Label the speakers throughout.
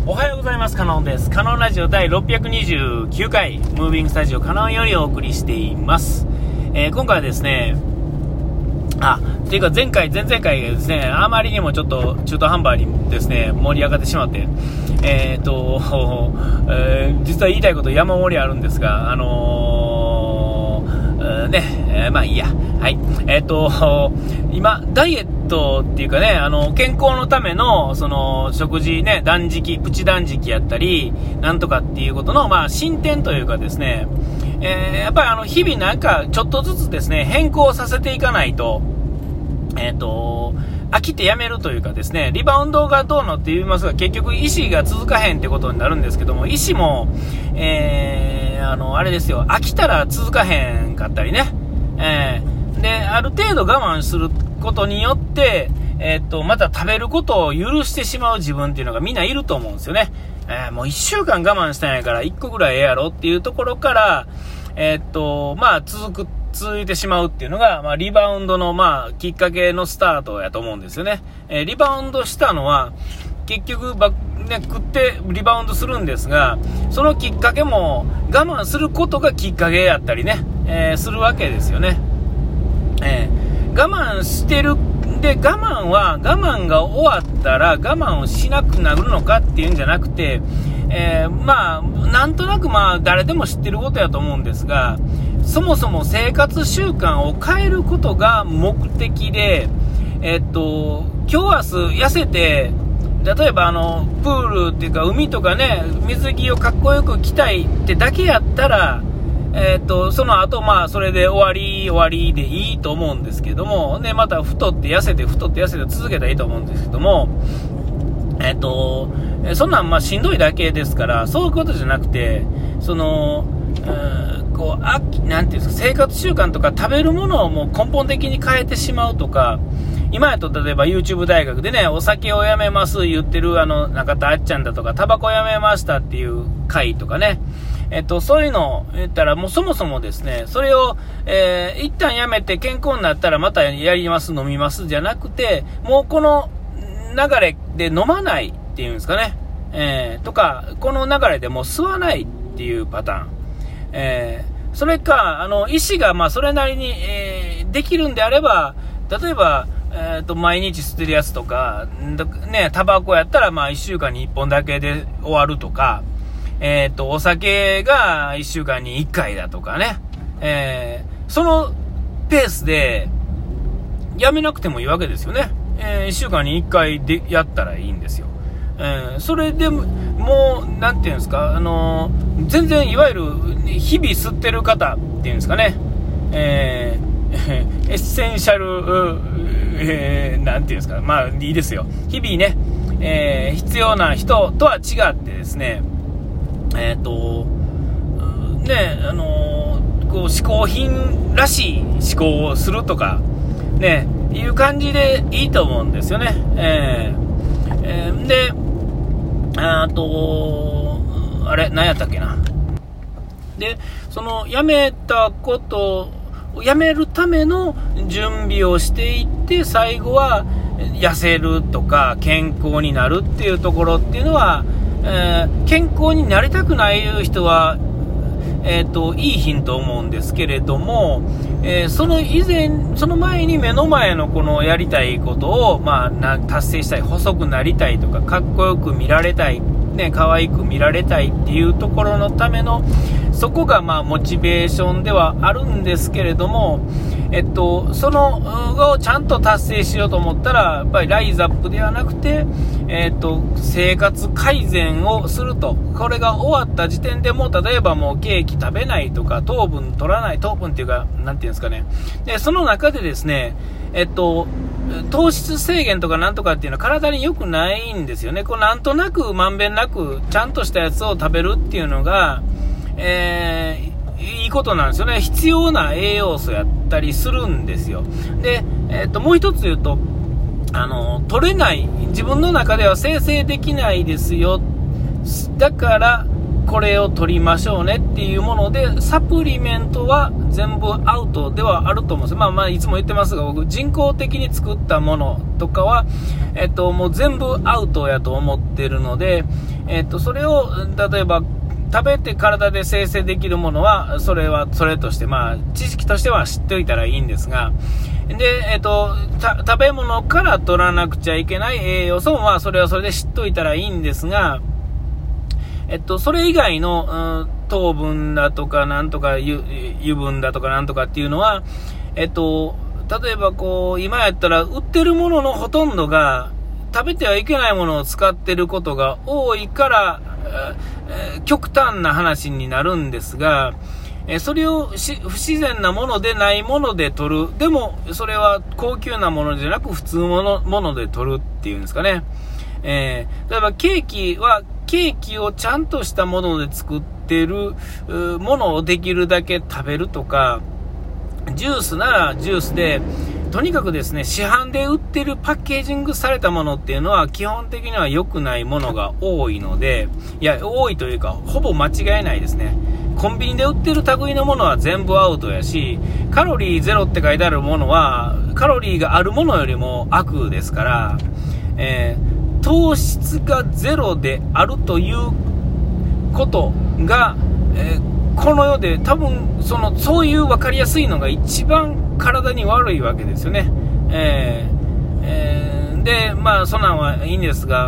Speaker 1: おはようございます。カノンです。カノンラジオ第629回ムービングスタジオカノンよりお送りしています。今回はですね、っていうか前々回ですね、あまりにもちょっと中途半端にですね盛り上がってしまって、実は言いたいこと山盛りあるんですが、まあいいや。はい。今ダイエットっていうかね、健康のためのその食事ね、プチ断食やったりなんとかっていうことの進展というかですね、やっぱり日々なんかちょっとずつですね変更させていかないと飽きてやめるというかですね、リバウンドがどうのって言いますが、結局意思が続かへんってことになるんですけども、意思も、あれですよ、飽きたら続かへんかったりね、で、ある程度我慢することによって、また食べることを許してしまう自分っていうのがみんないると思うんですよね。もう1週間我慢したんやから1個ぐらいやろっていうところから、続いてしまうっていうのが、リバウンドの、きっかけのスタートやと思うんですよね。リバウンドしたのは、結局、食ってリバウンドするんですが、そのきっかけも我慢することがきっかけやったりね、するわけですよね。我慢してる。で、我慢が終わったら我慢をしなくなるのかっていうんじゃなくて、なんとなく誰でも知ってることやと思うんですが、そもそも生活習慣を変えることが目的で、今日明日痩せて、例えばプールっていうか海とかね、水着をかっこよく着たいってだけやったら、その後それで終わりでいいと思うんですけども、ね、また太って痩せて続けたらいいと思うんですけども、そんなんしんどいだけですから、そういうことじゃなくて、なんていうんですか、生活習慣とか食べるものをもう根本的に変えてしまうとか、今やと例えば YouTube 大学でね、お酒をやめます言ってる中田あっちゃんだとか、タバコやめましたっていう回とかね、そういうのを言ったら、もうそもそもですね、それを、一旦やめて健康になったらまたやります飲みますじゃなくて、もうこの流れで飲まないっていうんですかね、とかこの流れでもう吸わないっていうパターン、それか意思がそれなりに、できるんであれば、例えば毎日吸ってるやつとかね、タバコやったら1週間に1本だけで終わるとか、お酒が1週間に1回だとかね、そのペースでやめなくてもいいわけですよね。1週間に1回でやったらいいんですよ。それでもうなんていうんですか、全然いわゆる日々吸ってる方っていうんですかね、エッセンシャル、なんていうんですか、いいですよ。日々ね、必要な人とは違ってですね、嗜好品らしい思考をするとかね、いう感じでいいと思うんですよね。で、何やったっけな。で、そのやめたことをやめるための準備をしていって、最後は痩せるとか健康になるっていうところっていうのは、健康になりたくない人は、いいヒント思うんですけれども、その前に目の前のこのやりたいことを、達成したい、細くなりたいとか、かっこよく見られたい、ね、可愛く見られたいっていうところのための、そこがモチベーションではあるんですけれども、そのをちゃんと達成しようと思ったら、やっぱりライズアップではなくて、生活改善をすると。これが終わった時点でも、例えばもうケーキ食べないとか、糖分取らない、糖分っていうか、なんていうんですかね。で、その中でですね、糖質制限とかなんとかっていうのは体に良くないんですよね。なんとなくまんべんなくちゃんとしたやつを食べるっていうのが、いいことなんですよね。必要な栄養素やったりするんですよ。で、もう一つ言うと、取れない、自分の中では生成できないですよ。だからこれを取りましょうねっていうもので、サプリメントは全部アウトではあると思うんですよ。いつも言ってますが、僕人工的に作ったものとかは、もう全部アウトやと思ってるので、それを例えば食べて体で生成できるものはそれとして、知識としては知っておいたらいいんですが、で、食べ物から取らなくちゃいけない栄養素もそれはそれで知っておいたらいいんですが、それ以外の、糖分だとかなんとか油分だとかなんとかっていうのは、例えば今やったら売ってるもののほとんどが食べてはいけないものを使ってることが多いから、極端な話になるんですが、それを不自然なものでないもので取る。でもそれは高級なものじゃなく普通のもので取るっていうんですかね。例えばケーキをちゃんとしたもので作ってるものをできるだけ食べるとか、ジュースならジュースで、とにかくですね、市販で売ってるパッケージングされたものっていうのは基本的には良くないものが多いので、多いというかほぼ間違いないですね。コンビニで売ってる類のものは全部アウトやし、カロリーゼロって書いてあるものはカロリーがあるものよりも悪ですから、糖質がゼロであるということが、この世で多分そういう分かりやすいのが一番体に悪いわけですよね。でそんなんはいいんですが、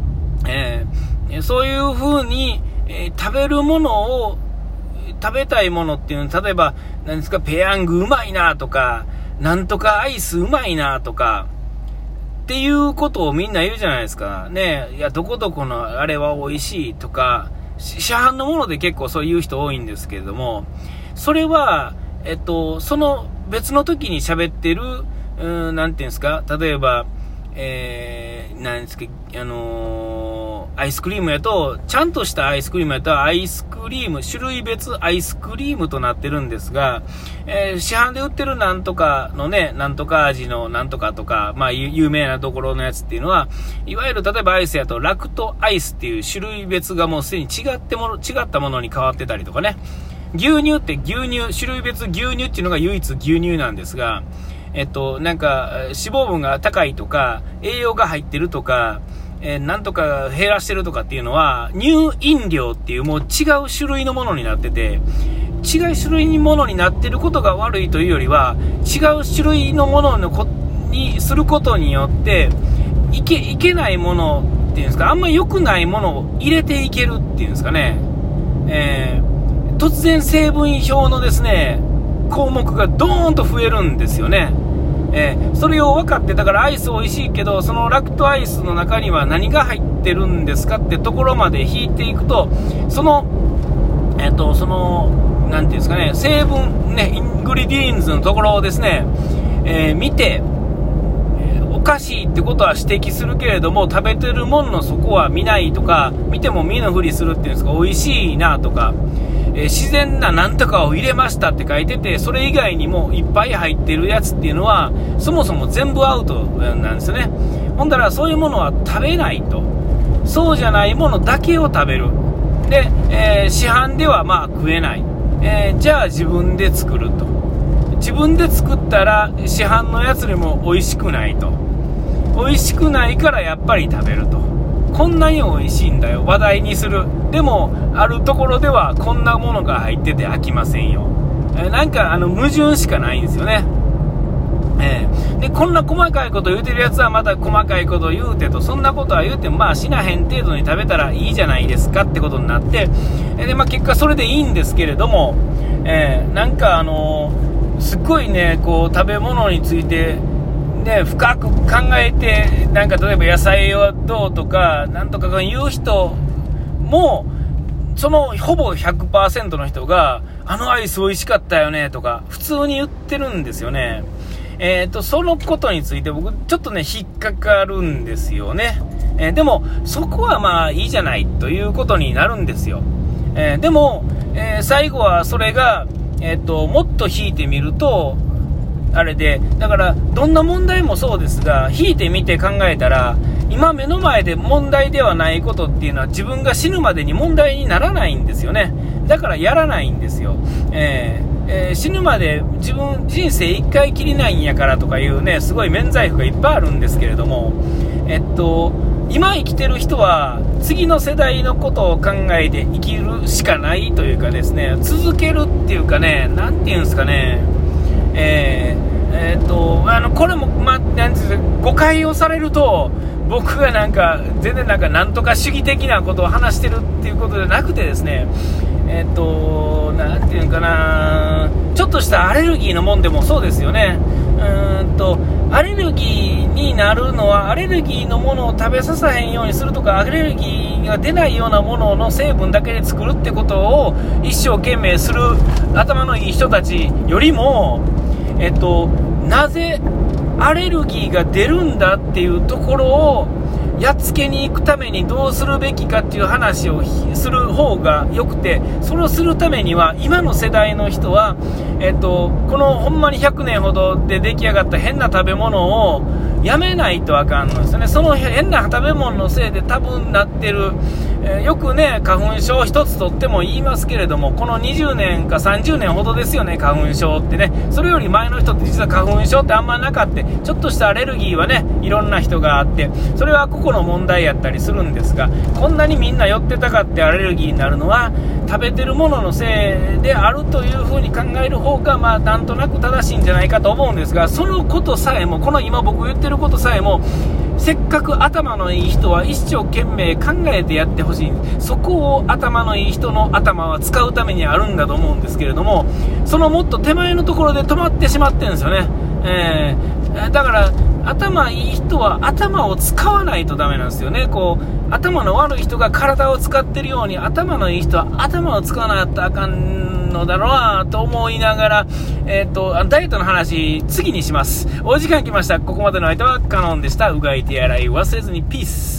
Speaker 1: そういう風に、食べるものを食べたいものっていうの、例えば何ですか、ペヤングうまいなとか、なんとかアイスうまいなとかっていうことをみんな言うじゃないですかね。いや、どこどこのあれは美味しいとか、市販のもので結構そういう人多いんですけれども、それはその別の時に喋ってるなんていうんですか、例えばなんですか、アイスクリームやと、ちゃんとしたアイスクリームやとアイスクリーム、種類別アイスクリームとなってるんですが、市販で売ってるなんとかのね、なんとか味のなんとかとか、有名なところのやつっていうのは、いわゆる例えばアイスやとラクトアイスっていう種類別がもうすでに違ったものに変わってたりとかね。牛乳って種類別牛乳っていうのが唯一牛乳なんですが、なんか脂肪分が高いとか栄養が入ってるとか、なんとか減らしてるとかっていうのは乳飲料っていうもう違う種類のものになってて、違う種類のものになってることが悪いというよりは、違う種類のものにすることによっていけないものっていうんですか、あんまり良くないものを入れていけるっていうんですかね。突然成分表のですね項目がドーンと増えるんですよね。それを分かって、だからアイス美味しいけど、そのラクトアイスの中には何が入ってるんですかってところまで引いていくと、なんていうんですかね、成分ね、イングリディーンズのところをですね、見て、おかしいってことは指摘するけれども、食べてるもののそこは見ないとか、見ても見ぬふりするっていうんですか、美味しいなとか、自然ななんとかを入れましたって書いてて、それ以外にもいっぱい入ってるやつっていうのはそもそも全部アウトなんですよね。ほんだらそういうものは食べないと、そうじゃないものだけを食べるで、市販では食えない、じゃあ自分で作ると。自分で作ったら市販のやつよりも美味しくないと。美味しくないからやっぱり食べると。こんなに美味しいんだよ、話題にする。でもあるところではこんなものが入ってて飽きませんよ。なんか矛盾しかないんですよね。でこんな細かいこと言うてるやつはまた細かいこと言うてと、そんなことは言うてもしなへん程度に食べたらいいじゃないですかってことになって、で結果それでいいんですけれども、なんかすっごいね、こう食べ物についてね、深く考えて、なんか例えば野菜はどうとかなんとかが言う人も、そのほぼ 100% の人がアイス美味しかったよねとか普通に言ってるんですよね。そのことについて僕ちょっとね引っかかるんですよね。でもそこはいいじゃないということになるんですよ。でも、最後はそれが、もっと引いてみるとあれで、だからどんな問題もそうですが、引いてみて考えたら今目の前で問題ではないことっていうのは自分が死ぬまでに問題にならないんですよね。だからやらないんですよ。死ぬまで人生一回きりないんやからとかいうね、すごい免罪符がいっぱいあるんですけれども、今生きてる人は次の世代のことを考えて生きるしかないというかですね、続けるっていうかね、なんていうんですかね、これも、なんていうんですか、誤解をされると、僕が全然なんとか主義的なことを話してるっていうことじゃなくてですね、なんていうかな、ちょっとしたアレルギーのもんでもそうですよね。アレルギーになるのは、アレルギーのものを食べさせへんようにするとか、アレルギーが出ないようなものの成分だけで作るってことを一生懸命する頭のいい人たちよりも、なぜアレルギーが出るんだっていうところをやっつけに行くためにどうするべきかっていう話をする方がよくて、それをするためには今の世代の人は、このほんまに100年ほどで出来上がった変な食べ物をやめないとあかんのですよね。その変な食べ物のせいで多分なってる、よくね、花粉症一つとっても言いますけれども、この20年か30年ほどですよね、花粉症ってね。それより前の人って実は花粉症ってあんまなかった。ちょっとしたアレルギーはね、いろんな人があって、それは個々の問題やったりするんですが、こんなにみんな寄ってたかってアレルギーになるのは食べてるもののせいであるというふうに考える方が、なんとなく正しいんじゃないかと思うんですが、そのことさえも、この今僕言ってることさえも、せっかく頭のいい人は一生懸命考えてやってほしい。そこを頭のいい人の頭は使うためにあるんだと思うんですけれども、そのもっと手前のところで止まってしまってるんですよね。だから頭いい人は頭を使わないとダメなんですよね。頭の悪い人が体を使ってるように、頭のいい人は頭を使わないとあかんのだろうなと思いながら、ダイエットの話次にします。お時間来ました。ここまでの相手はカノンでした。うがい手洗い忘れずに。ピース。